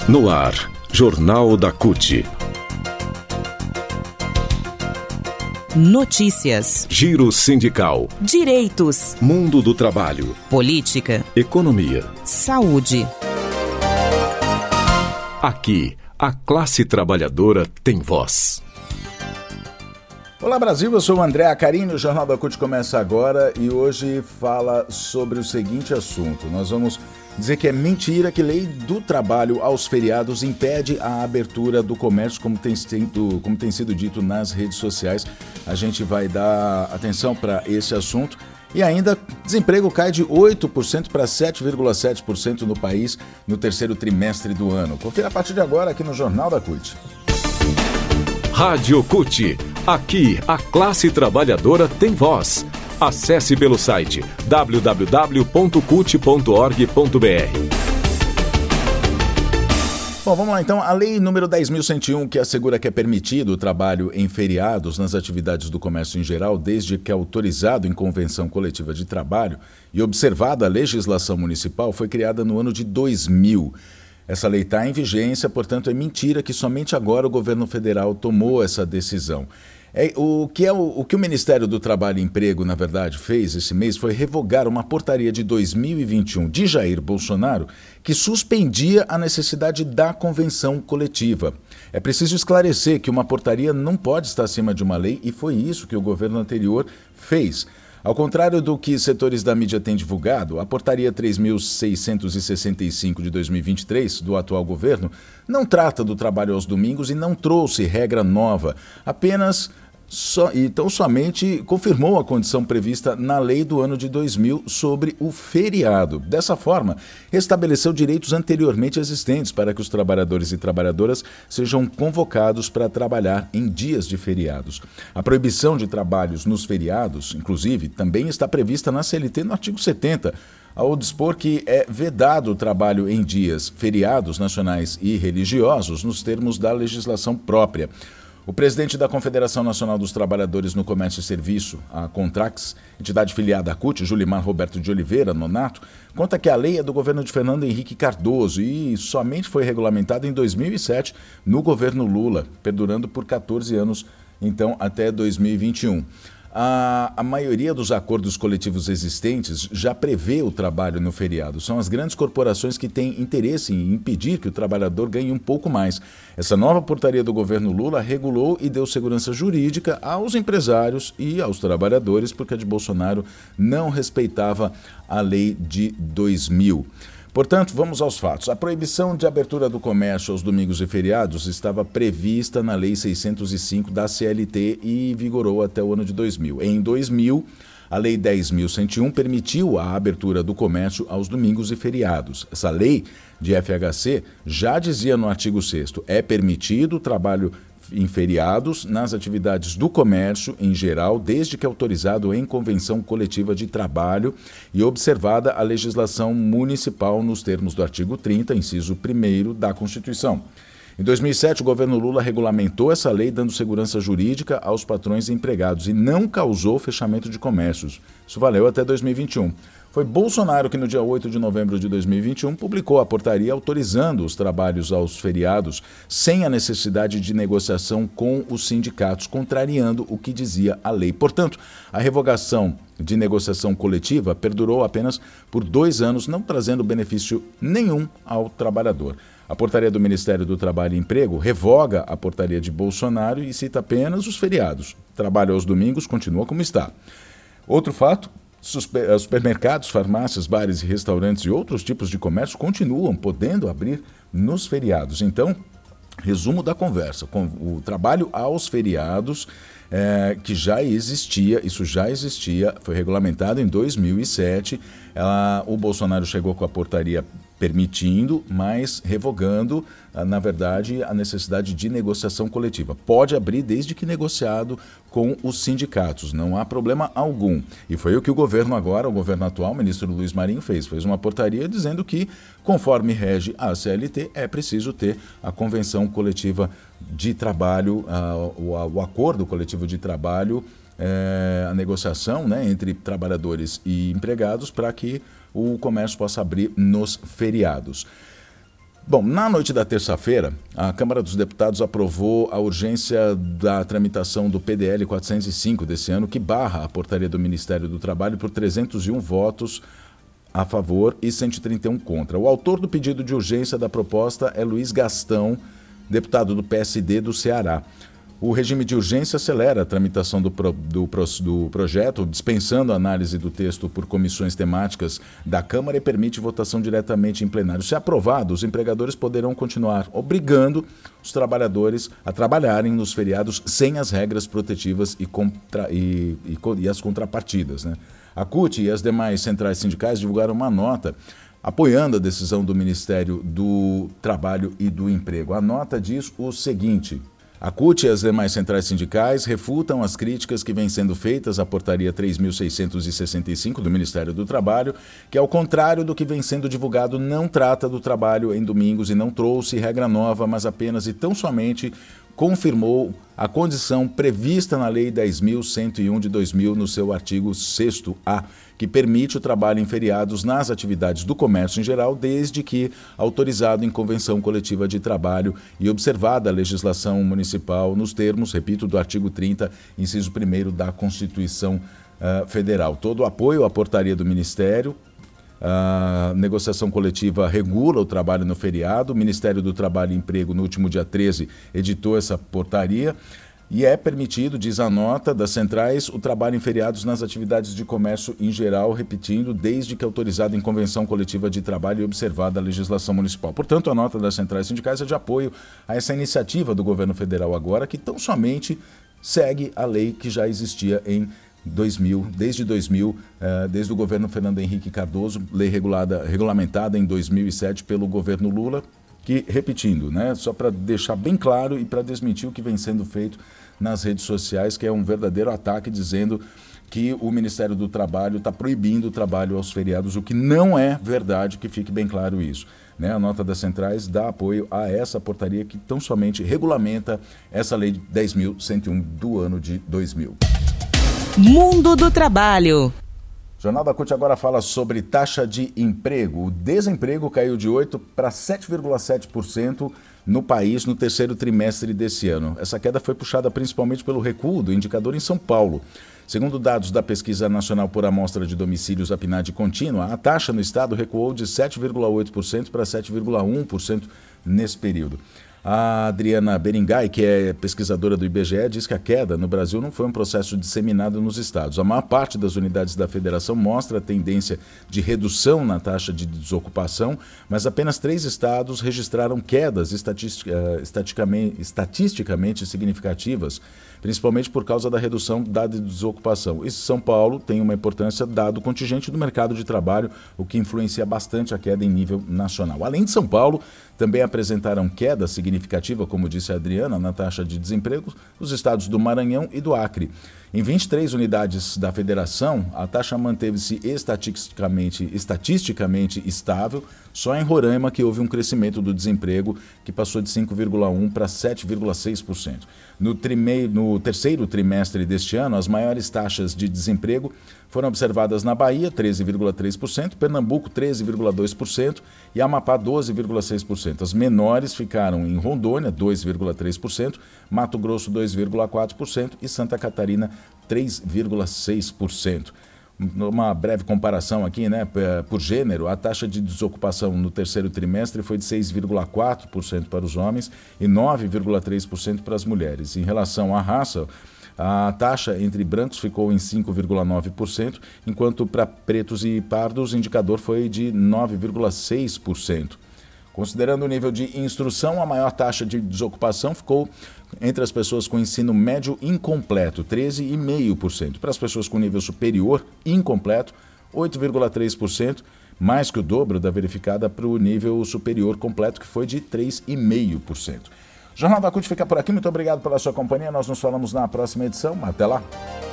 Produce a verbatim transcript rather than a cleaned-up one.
No ar, Jornal da C U T. Notícias. Giro sindical. Direitos. Mundo do trabalho. Política. Economia. Saúde. Aqui, a classe trabalhadora tem voz. Olá Brasil, eu sou o André Acarini, o Jornal da C U T começa agora e hoje fala sobre o seguinte assunto. Nós vamos dizer que é mentira que lei do trabalho aos feriados impede a abertura do comércio, como tem sido, como tem sido dito nas redes sociais. A gente vai dar atenção para esse assunto. E ainda, desemprego cai de oito por cento para sete vírgula sete por cento no país no terceiro trimestre do ano. Confira a partir de agora aqui no Jornal da C U T. Rádio C U T. Aqui, a classe trabalhadora tem voz. Acesse pelo site w w w ponto cult ponto org ponto b r. Bom, vamos lá então. A lei número dez mil cento e um, que assegura que é permitido o trabalho em feriados nas atividades do comércio em geral, desde que é autorizado em convenção coletiva de trabalho e observada a legislação municipal, foi criada no ano de dois mil. Essa lei está em vigência, portanto é mentira que somente agora o governo federal tomou essa decisão. É, o, que é o, o que o Ministério do Trabalho e Emprego, na verdade, fez esse mês foi revogar uma portaria de dois mil e vinte e um de Jair Bolsonaro que suspendia a necessidade da convenção coletiva. É preciso esclarecer que uma portaria não pode estar acima de uma lei e foi isso que o governo anterior fez. Ao contrário do que setores da mídia têm divulgado, a portaria três mil seiscentos e sessenta e cinco de dois mil e vinte e três do atual governo não trata do trabalho aos domingos e não trouxe regra nova, apenas só, então somente confirmou a condição prevista na lei do ano de dois mil sobre o feriado. Dessa forma, restabeleceu direitos anteriormente existentes para que os trabalhadores e trabalhadoras sejam convocados para trabalhar em dias de feriados. A proibição de trabalhos nos feriados, inclusive, também está prevista na C L T no artigo setenta, ao dispor que é vedado o trabalho em dias feriados nacionais e religiosos nos termos da legislação própria. O presidente da Confederação Nacional dos Trabalhadores no Comércio e Serviço, a Contrax, entidade filiada à C U T, Julimar Roberto de Oliveira, Nonato, conta que a lei é do governo de Fernando Henrique Cardoso e somente foi regulamentada em dois mil e sete no governo Lula, perdurando por catorze anos, então até dois mil e vinte e um. A, a maioria dos acordos coletivos existentes já prevê o trabalho no feriado. São as grandes corporações que têm interesse em impedir que o trabalhador ganhe um pouco mais. Essa nova portaria do governo Lula regulou e deu segurança jurídica aos empresários e aos trabalhadores, porque a de Bolsonaro não respeitava a lei de dois mil. Portanto, vamos aos fatos. A proibição de abertura do comércio aos domingos e feriados estava prevista na Lei seiscentos e cinco da C L T e vigorou até o ano de dois mil. Em dois mil, a Lei dez mil cento e um permitiu a abertura do comércio aos domingos e feriados. Essa lei de F H C já dizia no artigo sexto, é permitido o trabalho em feriados nas atividades do comércio em geral, desde que autorizado em convenção coletiva de trabalho e observada a legislação municipal nos termos do artigo trinta, inciso primeiro da Constituição. Em dois mil e sete, o governo Lula regulamentou essa lei dando segurança jurídica aos patrões e empregados e não causou fechamento de comércios. Isso valeu até dois mil e vinte e um. Foi Bolsonaro que no dia oito de novembro de dois mil e vinte e um publicou a portaria autorizando os trabalhos aos feriados sem a necessidade de negociação com os sindicatos, contrariando o que dizia a lei. Portanto, a revogação de negociação coletiva perdurou apenas por dois anos, não trazendo benefício nenhum ao trabalhador. A portaria do Ministério do Trabalho e Emprego revoga a portaria de Bolsonaro e cita apenas os feriados. Trabalho aos domingos continua como está. Outro fato: supermercados, farmácias, bares e restaurantes e outros tipos de comércio continuam podendo abrir nos feriados. Então, resumo da conversa, com o trabalho aos feriados, é, que já existia, isso já existia, foi regulamentado em dois mil e sete, ela, o Bolsonaro chegou com a portaria permitindo, mas revogando, na verdade, a necessidade de negociação coletiva. Pode abrir desde que negociado com os sindicatos, não há problema algum. E foi o que o governo agora, o governo atual, o ministro Luiz Marinho fez. Fez uma portaria dizendo que, conforme rege a C L T, é preciso ter a convenção coletiva de trabalho, uh, o, o acordo coletivo de trabalho, é, a negociação, né, entre trabalhadores e empregados para que o comércio possa abrir nos feriados. Bom, na noite da terça-feira, a Câmara dos Deputados aprovou a urgência da tramitação do P D L quatrocentos e cinco desse ano, que barra a portaria do Ministério do Trabalho por trezentos e um votos a favor e cento e trinta e um contra. O autor do pedido de urgência da proposta é Luiz Gastão, deputado do P S D do Ceará. O regime de urgência acelera a tramitação do, pro, do, do projeto, dispensando a análise do texto por comissões temáticas da Câmara e permite votação diretamente em plenário. Se aprovado, os empregadores poderão continuar obrigando os trabalhadores a trabalharem nos feriados sem as regras protetivas e, contra, e, e, e as contrapartidas, né? A C U T e as demais centrais sindicais divulgaram uma nota apoiando a decisão do Ministério do Trabalho e do Emprego. A nota diz o seguinte: a C U T e as demais centrais sindicais refutam as críticas que vêm sendo feitas à portaria três mil seiscentos e sessenta e cinco do Ministério do Trabalho, que, ao contrário do que vem sendo divulgado, não trata do trabalho em domingos e não trouxe regra nova, mas apenas e tão somente confirmou a condição prevista na Lei dez mil cento e um de dois mil no seu artigo sexto A, que permite o trabalho em feriados nas atividades do comércio em geral, desde que autorizado em convenção coletiva de trabalho e observada a legislação municipal nos termos, repito, do artigo trinta, inciso primeiro da Constituição uh, Federal. Todo o apoio à portaria do Ministério. A negociação coletiva regula o trabalho no feriado. O Ministério do Trabalho e Emprego, no último dia treze, editou essa portaria e é permitido, diz a nota das centrais, o trabalho em feriados nas atividades de comércio em geral, repetindo, desde que autorizado em convenção coletiva de trabalho e observada a legislação municipal. Portanto, a nota das centrais sindicais é de apoio a essa iniciativa do governo federal agora, que tão somente segue a lei que já existia em dois mil, desde dois mil, desde o governo Fernando Henrique Cardoso, lei regulada, regulamentada em dois mil e sete pelo governo Lula, que, repetindo, né, só para deixar bem claro e para desmentir o que vem sendo feito nas redes sociais, que é um verdadeiro ataque dizendo que o Ministério do Trabalho está proibindo o trabalho aos feriados, o que não é verdade, que fique bem claro isso. Né? A nota das centrais dá apoio a essa portaria que tão somente regulamenta essa Lei dez mil cento e um do ano de dois mil. Mundo do Trabalho. O Jornal da C U T agora fala sobre taxa de emprego. O desemprego caiu de oito por cento para sete vírgula sete por cento no país no terceiro trimestre desse ano. Essa queda foi puxada principalmente pelo recuo do indicador em São Paulo. Segundo dados da Pesquisa Nacional por Amostra de Domicílios, a PNAD contínua, a taxa no estado recuou de sete vírgula oito por cento para sete vírgula um por cento nesse período. A Adriana Beringay, que é pesquisadora do I B G E, diz que a queda no Brasil não foi um processo disseminado nos estados. A maior parte das unidades da federação mostra a tendência de redução na taxa de desocupação, mas apenas três estados registraram quedas estatistic, uh, estatisticamente, estatisticamente significativas, principalmente por causa da redução da desocupação. E São Paulo tem uma importância dado o contingente do mercado de trabalho, o que influencia bastante a queda em nível nacional. Além de São Paulo, também apresentaram queda significativa, como disse a Adriana, na taxa de desemprego, os estados do Maranhão e do Acre. Em vinte e três unidades da federação, a taxa manteve-se estatisticamente, estatisticamente estável, só em Roraima que houve um crescimento do desemprego que passou de cinco vírgula um por cento para sete vírgula seis por cento. No, trime... no terceiro trimestre deste ano, as maiores taxas de desemprego foram observadas na Bahia, treze vírgula três por cento, Pernambuco, treze vírgula dois por cento e Amapá, doze vírgula seis por cento. As menores ficaram em Rondônia, dois vírgula três por cento, Mato Grosso, dois vírgula quatro por cento e Santa Catarina, três vírgula seis por cento. Uma breve comparação aqui, né, por gênero, a taxa de desocupação no terceiro trimestre foi de seis vírgula quatro por cento para os homens e nove vírgula três por cento para as mulheres. Em relação à raça, a taxa entre brancos ficou em cinco vírgula nove por cento, enquanto para pretos e pardos o indicador foi de nove vírgula seis por cento. Considerando o nível de instrução, a maior taxa de desocupação ficou entre as pessoas com ensino médio incompleto, treze vírgula cinco por cento. Para as pessoas com nível superior incompleto, oito vírgula três por cento, mais que o dobro da verificada para o nível superior completo, que foi de três vírgula cinco por cento. O Jornal da C U T fica por aqui. Muito obrigado pela sua companhia. Nós nos falamos na próxima edição. Até lá.